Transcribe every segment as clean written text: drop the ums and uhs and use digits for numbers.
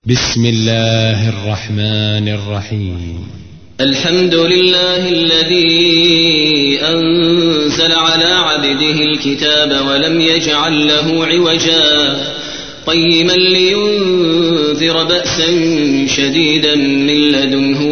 بسم الله الرحمن الرحيم. الحمد لله الذي أنزل على عبده الكتاب ولم يجعل له عوجا قيما لينذر بأسا شديدا من لدنه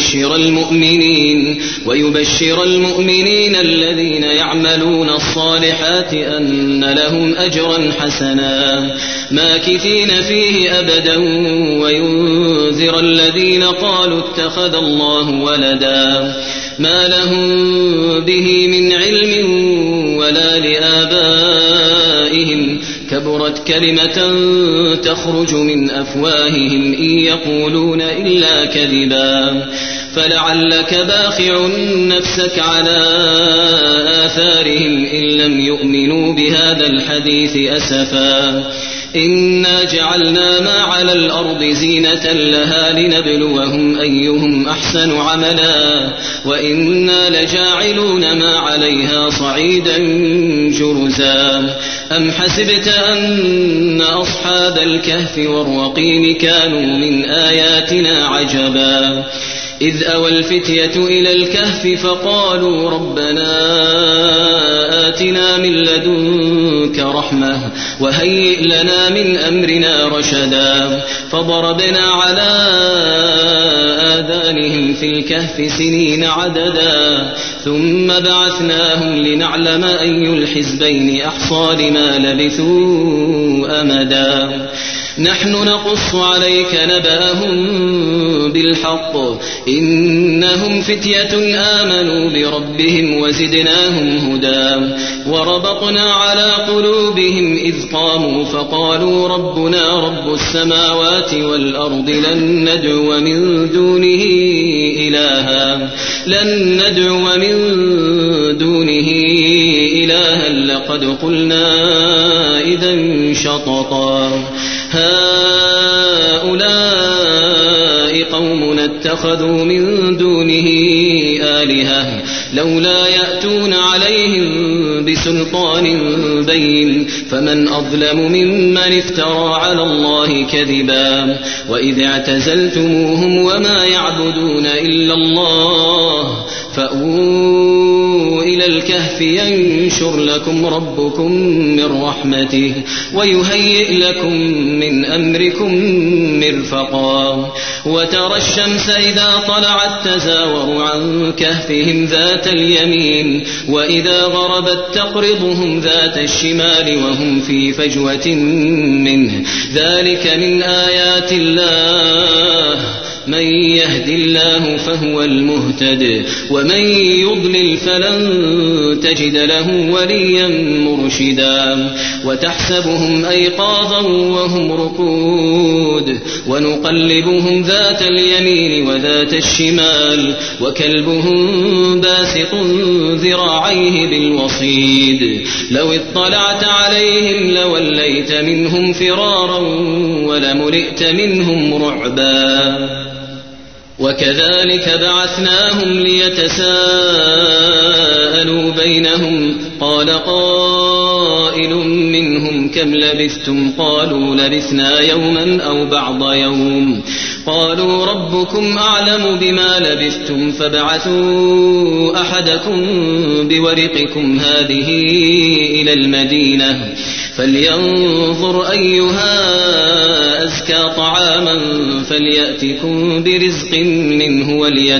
ويبشر المؤمنين الذين يعملون الصالحات أن لهم أجرا حسنا ماكثين فيه أبدا وينذر الذين قالوا اتخذ الله ولدا ما لهم به من علم ولا لآبائهم كبرت كلمة تخرج من أفواههم إن يقولون إلا كذبا فلعلك باخع نفسك على آثارهم إن لم يؤمنوا بهذا الحديث أسفا إنا جعلنا ما على الأرض زينة لها لنبلوهم أيهم أحسن عملا وإنا لجاعلون ما عليها صعيدا جرزا أم حسبت أن أصحاب الكهف والرقيم كانوا من آياتنا عجبا إذ أوى الفتية إلى الكهف فقالوا ربنا آتنا من لدنك رحمة وهيئ لنا من أمرنا رشدا فضربنا على آذانهم في الكهف سنين عددا ثم بعثناهم لنعلم أي الحزبين أحصى لما لبثوا أمدا نحن نقص عليك نبأهم بالحق إنهم فتية آمنوا بربهم وزدناهم هدى وربطنا على قلوبهم إذ قاموا فقالوا ربنا رب السماوات والأرض لن ندعو من دونه إلها لقد قلنا إذا شططا هؤلاء قومنا اتخذوا من دونه آلهة لولا يأتون عليهم بسلطان بين فمن أظلم ممن افترى على الله كذبا وإذ اعتزلتموهم وما يعبدون إلا الله فأووا إلى الكهف ينشر لكم ربكم من رحمته ويهيئ لكم من أمركم مرفقا وترى الشمس إذا طلعت تزاور عن كهفهم ذات اليمين وإذا غربت تقرضهم ذات الشمال وهم في فجوة منه ذلك من آيات الله من يهد الله فهو المهتد ومن يضلل فلن تجد له وليا مرشدا وتحسبهم أيقاظا وهم رقود ونقلبهم ذات اليمين وذات الشمال وكلبهم باسط ذراعيه بالوصيد لو اطلعت عليهم لوليت منهم فرارا ولملئت منهم رعبا وكذلك بعثناهم ليتساءلوا بينهم قال قائل منهم كم لبثتم قالوا لبثنا يوما أو بعض يوم قالوا ربكم أعلم بما لبثتم فابعثوا أحدكم بورقكم هذه إلى المدينة فلينظر أيها أزكى طعاما فليأتكم برزق منه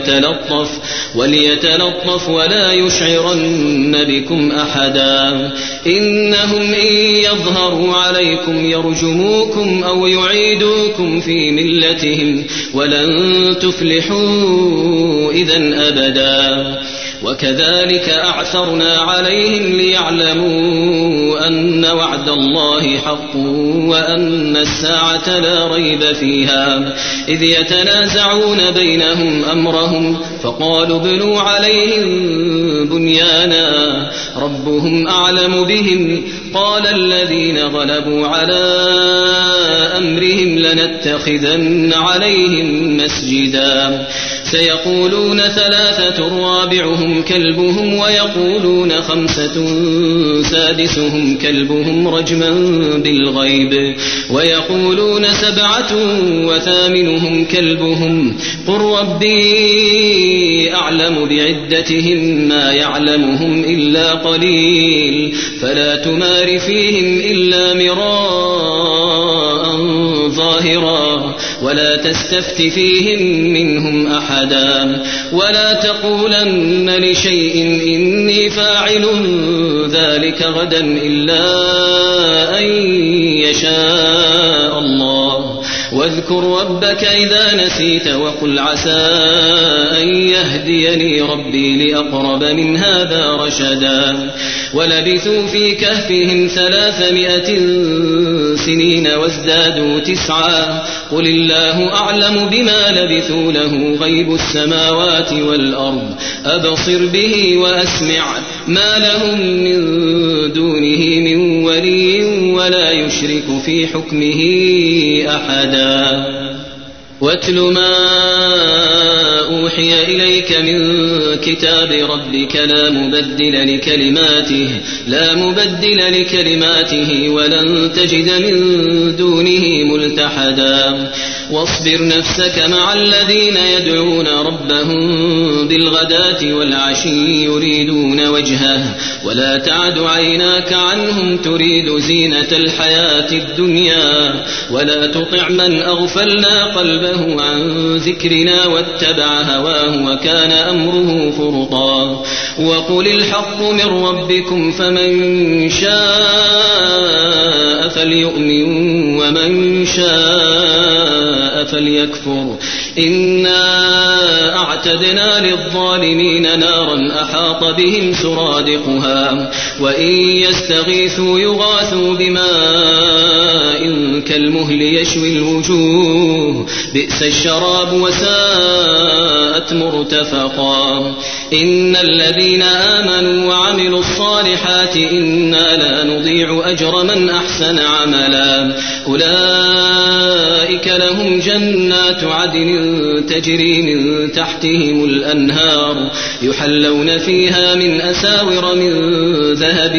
وليتلطف ولا يشعرن بكم أحدا إنهم إن يظهروا عليكم يرجموكم أو يعيدوكم في ملتهم ولن تفلحوا إذن أبدا وكذلك أعثرنا عليهم ليعلموا أن وعد الله حق وأن الساعة لا ريب فيها إذ يتنازعون بينهم أمرهم فقالوا ابنوا عليهم بنيانا ربهم أعلم بهم قال الذين غلبوا على أمرهم لنتخذن عليهم مسجدا سيقولون 3 رابعهم كلبهم ويقولون 5 سادسهم كلبهم رجما بالغيب ويقولون 7 وثامنهم كلبهم قل ربي أعلم بعدتهم ما يعلمهم إلا قليل فلا تمار فيهم إلا مراء ظاهرا ولا تستفت فيهم منهم أحدا ولا تقولن لشيء إني فاعل ذلك غدا إلا أن يشاء الله واذكر ربك إذا نسيت وقل عسى أن يهديني ربي لأقرب من هذا رشدا ولبثوا في كهفهم 300 سنين وازدادوا 9 قل الله أعلم بما لبثوا له غيب السماوات والأرض أبصر به وأسمع ما لهم من دونه من ولي ولا يشرك في حكمه أحدا واتل ما أوحي إليك من كتاب ربك لا مبدل لكلماته ولن تجد من دونه ملتحدا واصبر نفسك مع الذين يدعون ربهم بالغداة والعشي يريدون وجهه ولا تعد عيناك عنهم تريد زينة الحياة الدنيا ولا تطع من أغفلنا قلبه عن ذكرنا واتبع هواه وكان أمره فرطا وقل الحق من ربكم فمن شاء فليؤمن ومن شاء فليكفر إنا أعتدنا للظالمين نارا أحاط بهم سرادقها وإن يستغيثوا يغاثوا بماء كالمهل يشوي الوجوه بئس الشراب وساءت مرتفقا إن الذين آمنوا وعملوا الصالحات إنا لا نضيع أجر من أحسن عملا أولئك لهم جنات عدن تجري من تحتهم الأنهار يحلون فيها من أساور من ذهب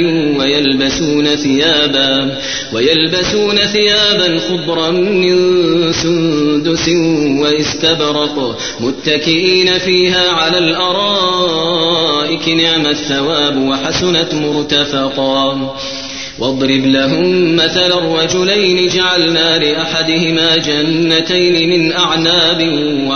ويلبسون ثيابا خضرا من سندس واستبرق متكئين فيها على الأرائك نعم الثواب وحسنت مرتفقا واضرب لهم مثل الرجلين جعلنا لأحدهما جنتين من أعناب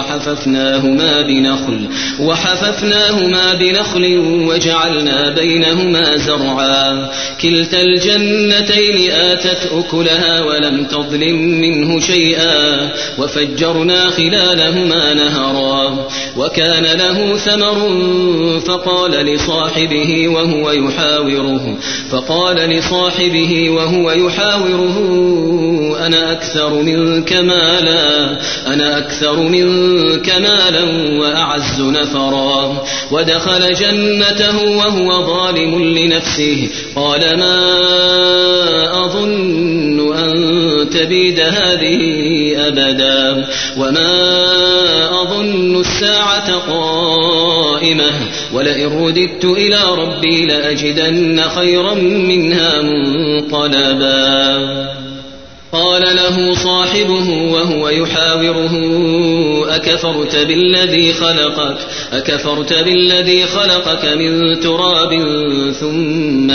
وحففناهما بنخل وجعلنا بينهما زرعا كلتا الجنتين آتت أكلها ولم تظلم منه شيئا وفجرنا خلالهما نهرا وكان له ثمر فقال لصاحبه وهو يحاوره أنا أكثر منك مالا وأعز نفرا ودخل جنته وهو ظالم لنفسه قال ما أظن أن تبيد هذه أبدا وما أظن الساعة قائمة ولئن رددت إلى ربي لأجدن خيرا منها منقلبا قال له صاحبه وهو يحاوره أكفرت بالذي خلقك من تراب ثم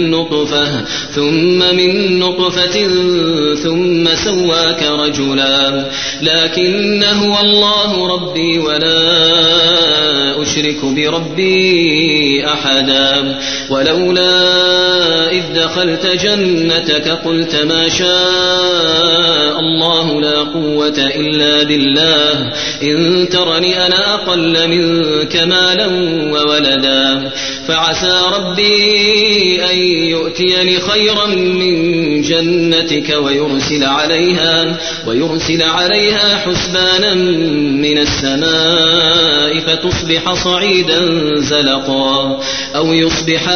من نطفة ثم سواك رجلا لكن هو الله ربي ولا أشرك بربي أحدا ولولا إذ دخلت جنتك قلت ما شاء الله لا قوة إلا بالله إن ترني أنا أقل منك مالا وولدا فعسى ربي أن يؤتيني خيرا من جنتك ويرسل عليها حسبانا من السماء فتصبح صعيدا زلقا أو يصبح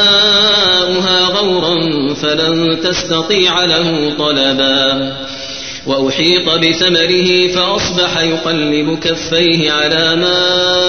ماؤها غورا فلن تستطيع له طلبا وأحيط بثمره فأصبح يقلب كفيه على ما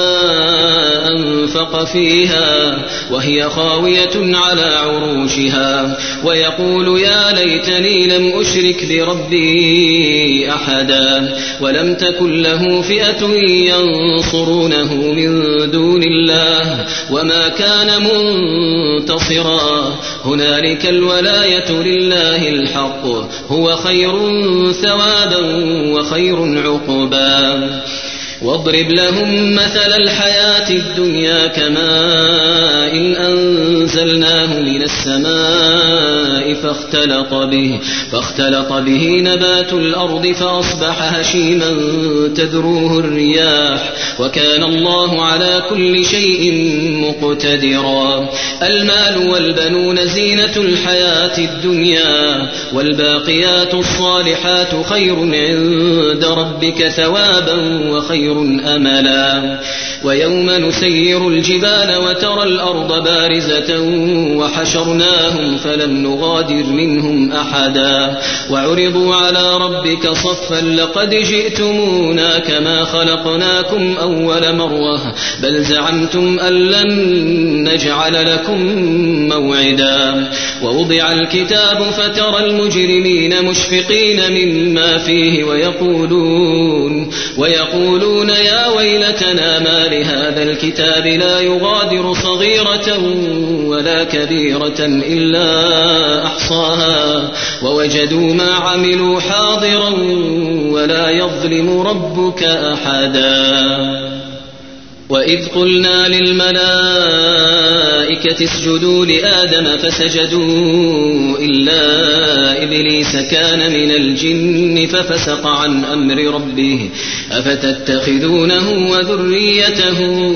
أنفق فيها وهي خاوية على عروشها ويقول يا ليتني لم أشرك بربي أحدا ولم تكن له فئة ينصرونه من دون الله وما كان منتصرا هنالك الولاية لله الحق هو خير ثوابا وخير عقبا واضرب لهم مثل الحياة الدنيا كماء أنزلناه من السماء فاختلط به نبات الأرض فأصبح هشيما تذروه الرياح وكان الله على كل شيء مقتدرا المال والبنون زينة الحياة الدنيا والباقيات الصالحات خير عند ربك ثوابا وخير أملا ويوم نسير الجبال وترى الأرض بارزة وحشرناهم فلم نغادر منهم أحدا وعرضوا على ربك صفا لقد جئتمونا كما خلقناكم أول مرة بل زعمتم أن لن نجعل لكم موعدا ووضع الكتاب فترى المجرمين مشفقين مما فيه ويقولون يا ويلتنا ما لهذا الكتاب لا يغادر صغيرة ولا كبيرة إلا أحصاها ووجدوا ما عملوا حاضرا ولا يظلم ربك أحدا وإذ قلنا للملائكة اسجدوا لآدم فسجدوا إلا إبليس كان من الجن ففسق عن أمر ربه أفتتخذونه وذريته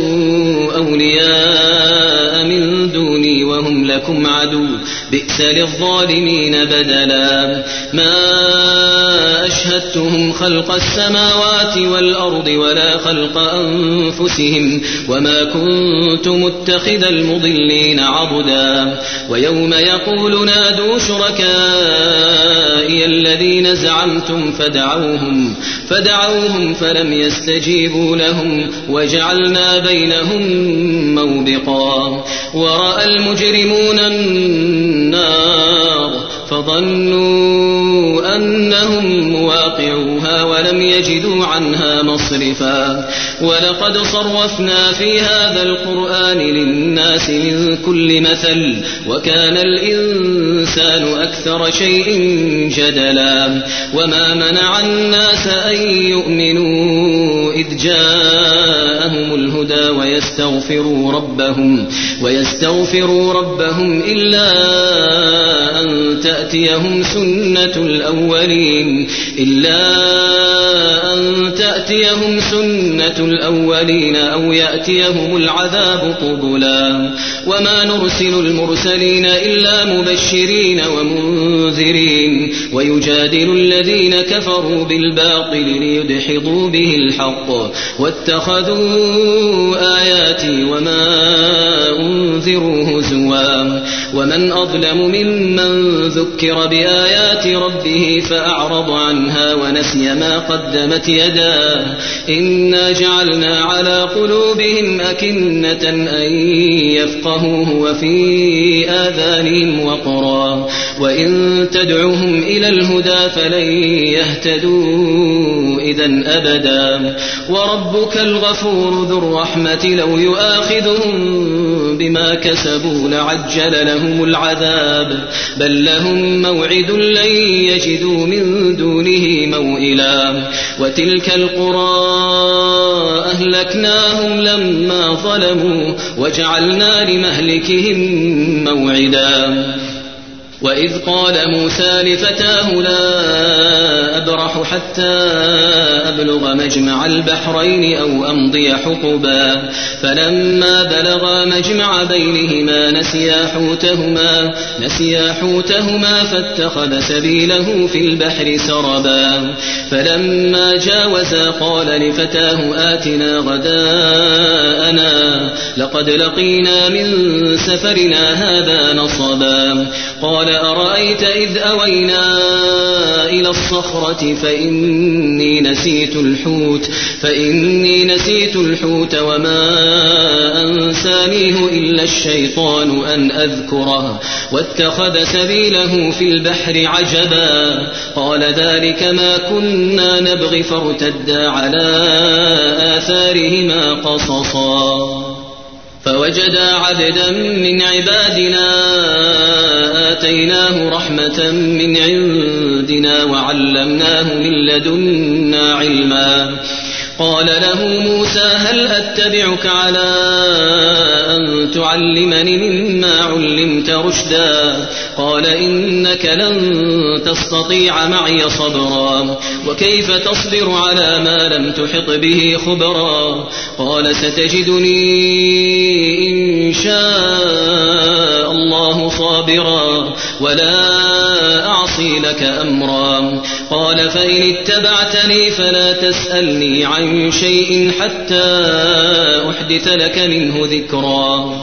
أولياء من دوني وهم لكم عدو بئس للظالمين بدلا ما أشهدتهم خلق السماوات والأرض ولا خلق أنفسهم وما كنت متخذ المضلين عضدا ويوم يقول نادوا شركائي الذين زعمتم فدعوهم فلم يستجيبوا لهم وجعلنا بينهم موبقا ورأى المجرمون النار فظنوا أنهم مواقعوها ولم يجدوا عنها مصرفا ولقد صرفنا في هذا القرآن للناس من كل مثل وكان الإنسان أكثر شيء جدلا وما منع الناس أن يؤمنوا إذ جاءهم الهدى ويستغفروا ربهم إلا أن تأتيهم سنة الأولين أو يأتيهم العذاب قبلا وما نرسل المرسلين إلا مبشرين ومنذرين ويجادل الذين كفروا بالباطل ليدحضوا به الحق واتخذوا آياتي وما أنذروا هزوا ومن أظلم ممن ذكر بآيات ربه فأعرض عنها ونسي ما قدمت يداه إنا جعلنا على قلوبهم أكنة أن يفقهوه وفي آذانهم وقرا وإن تدعوهم إلى الهدى فلن يهتدوا إذا أبدا وربك الغفور ذو الرحمة لو يؤاخذهم بما كسبوا لعجل لهم العذاب بل لهم موعد لن يجدوا من دونه موئلا وتلك القرى أهلكناهم لما ظلموا وجعلنا لمهلكهم موعدا وإذ قال موسى لفتاه لا أبرح حتى أبلغ مجمع البحرين أو أمضي حقبا فلما بلغا مجمع بينهما نسيا حوتهما فاتخذ سبيله في البحر سربا فلما جاوزا قال لفتاه آتنا غداءنا لقد لقينا من سفرنا هذا نصبا قال أرأيت إذ أوينا إلى الصخرة فإني نسيت الحوت وما أنسانيه إلا الشيطان أن أذكره واتخذ سبيله في البحر عجبا قال ذلك ما كنا نبغي فارتدا على آثارهما قصصا فوجدا عبدا من عبادنا آتيناه رحمة من عندنا وعلمناه من لدنا علما قال له موسى هل أتبعك على أن تعلمني مما علمت رشدا قال إنك لن تستطيع معي صبرا وكيف تصبر على ما لم تحط به خبرا قال ستجدني إن شاء الله صابرا ولا أعصي لك أمرا قال فإن اتبعتني فلا تسألني عن شيء حتى أحدث لك منه ذكرا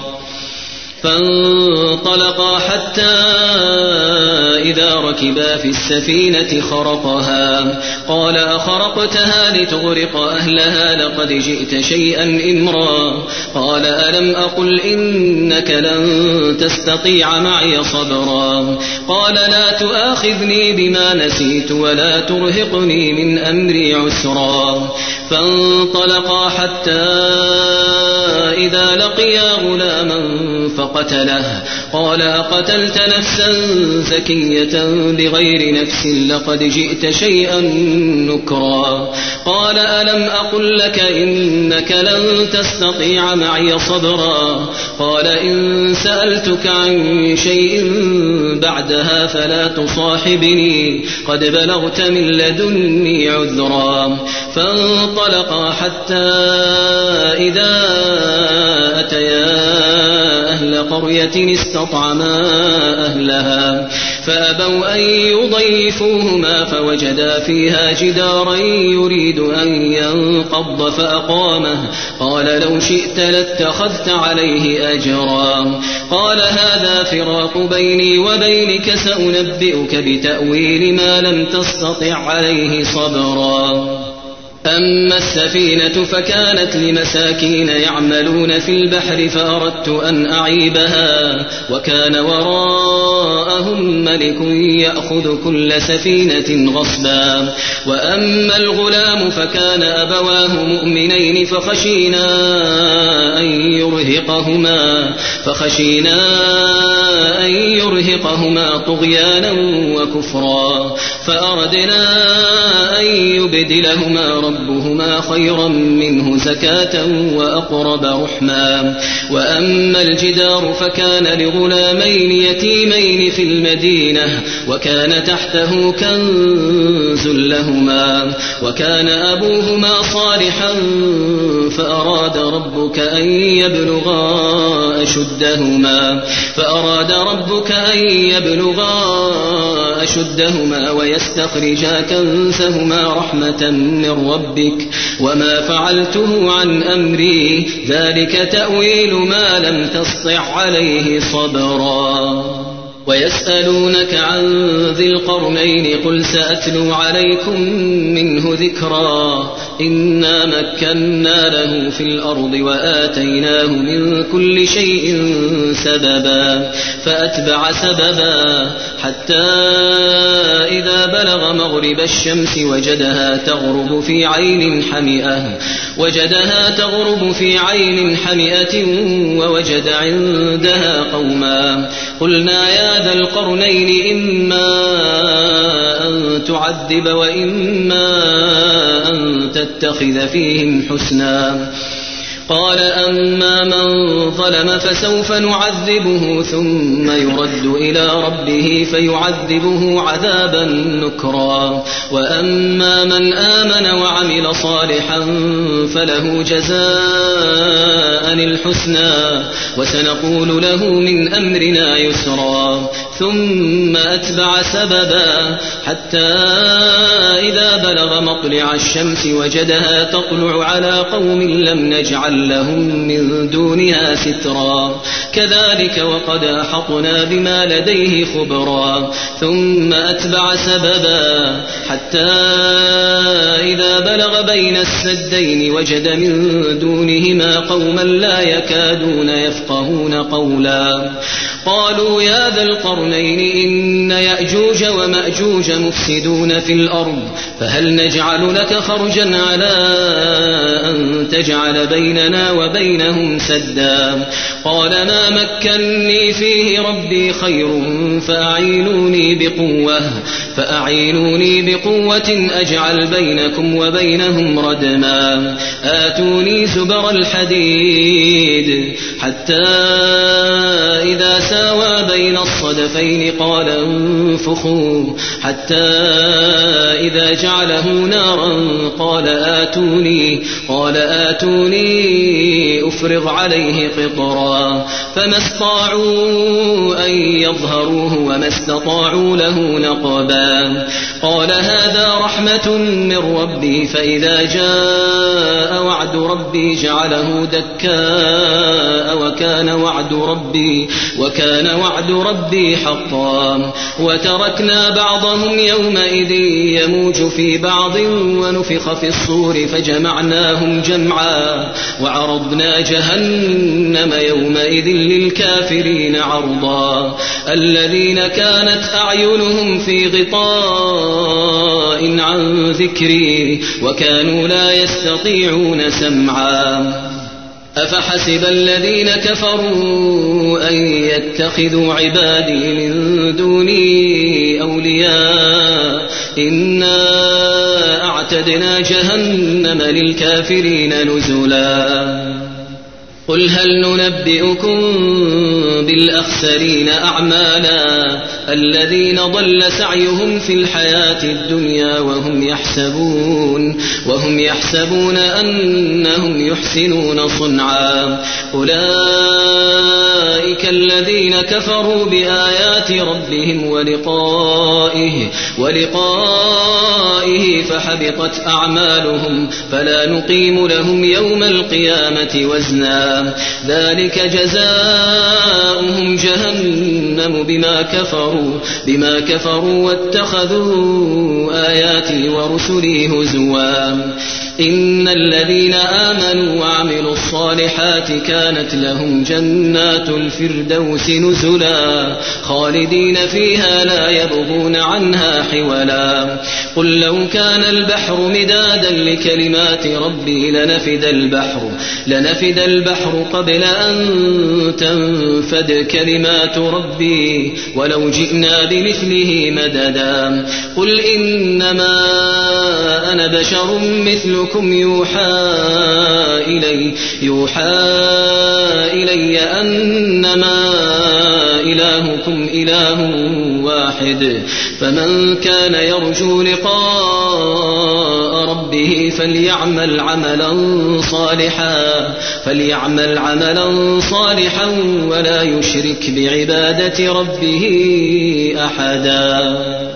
فانطلقا حتى إذا ركبا في السفينة خرقها قال أخرقتها لتغرق أهلها لقد جئت شيئا إمرا قال ألم أقل إنك لن تستطيع معي صبرا قال لا تؤاخذني بما نسيت ولا ترهقني من أمري عسرا فانطلقا حتى إذا لقيا غلاما فقتله قال أقتلت نفسا زكية بغير نفس لقد جئت شيئا نكرا قال ألم أقل لك إنك لن تستطيع معي صبرا قال إن سألتك عن شيء بعدها فلا تصاحبني قد بلغت من لدني عذرا فانطلقا حتى إذا أتيا أهل قرية استطعما أهلها فأبوا أن يضيفوهما فوجدا فيها جدارا يريد أن ينقض فأقامه قال لو شئت لاتخذت عليه أجرا قال هذا فراق بيني وبينك سأنبئك بتأويل ما لم تستطع عليه صبرا أما السفينة فكانت لمساكين يعملون في البحر فأردت أن أعيبها وكان وراءهم ملك يأخذ كل سفينة غصبا وأما الغلام فكان أبواه مؤمنين فخشينا أن يرهقهما طغيانا وكفرا فأردنا أن يبدلهما ربهما خيرا منه زكاة وأقرب رحما وأما الجدار فكان لغلامين يتيمين في المدينة وكان تحته كنز لهما وكان أبوهما صالحا فأراد ربك أن يبلغا أشدهما ويستخرجا كنزهما رحمة من ربك وما فعلته عن أمري ذلك تأويل ما لم تسطع عليه صبرا ويسألونك عن ذي القرنين قل سأتلو عليكم منه ذكرا إنا مكنا له في الأرض وآتيناه من كل شيء سببا فأتبع سببا حتى إذا بلغ مغرب الشمس وجدها تغرب في عين حمئة ووجد عندها قوما قلنا يا ذا القرنين إما أن تعذب وإما أن تتخذ فيهم حسنا قال أما من ظلم فسوف نعذبه ثم يرد إلى ربه فيعذبه عذابا نكرا وأما من آمن وعمل صالحا فله جزاء الحسنى وسنقول له من أمرنا يسرا ثم أتبع سببا حتى إذا بلغ مطلع الشمس وجدها تطلع على قوم لم نجعل نجعل لهم من دونها سترا كذلك وقد أحطنا بما لديه خبرا ثم أتبع سببا حتى إذا بلغ بين السدين وجد من دونهما قوما لا يكادون يفقهون قولا قالوا يا ذا القرنين إن يأجوج ومأجوج مفسدون في الأرض فهل نجعل لك خرجا على أن تجعل بيننا وبينهم سدا قال ما مكني فيه ربي خير فأعينوني بقوة أجعل بينكم وبينهم ردما آتوني زبر الحديد حتى إذا ساوى بين الصدفين قال انفخوا حتى إذا جعله نارا قال آتوني أفرغ عليه قطرا فما استطاعوا أن يظهروه وما استطاعوا له نقبا قال هذا رحمة من ربي فإذا جاء وعد ربي جعله دكاء وكان وعد ربي حقا وتركنا بعضهم يومئذ يموج في بعض ونفخ في الصور فجمعناهم جمعا وعرضنا جهنم يومئذ للكافرين عرضا الذين كانت أعينهم في غطاء عن ذكري وكانوا لا يستطيعون سمعا أفحسب الذين كفروا أن يتخذوا عبادي من دوني أولياء إنا أعتدنا جهنم للكافرين نزلا قل هل ننبئكم بالأخسرين أعمالا الذين ضل سعيهم في الحياة الدنيا وهم يحسبون أنهم يحسنون صنعا أولئك الذين كفروا بآيات ربهم ولقائه فحبطت أعمالهم فلا نقيم لهم يوم القيامة وزنا ذلك جزاؤهم جهنم بما كفروا واتخذوا آياتي ورسلي هزوا إن الذين آمنوا وعملوا الصالحات كانت لهم جنات الفردوس نزلا خالدين فيها لا يبغون عنها حولا قل لو كان البحر مدادا لكلمات ربي لنفد البحر قبل أن تنفد كلمات ربي ولو جئنا بمثله مددا قل إنما أنا بشر مثلكم يوحى إلي أنما إلهكم إله واحد فمن كان يرجو لقاء ربه فليعمل عملا صالحا ولا يشرك بعبادة ربه أحدا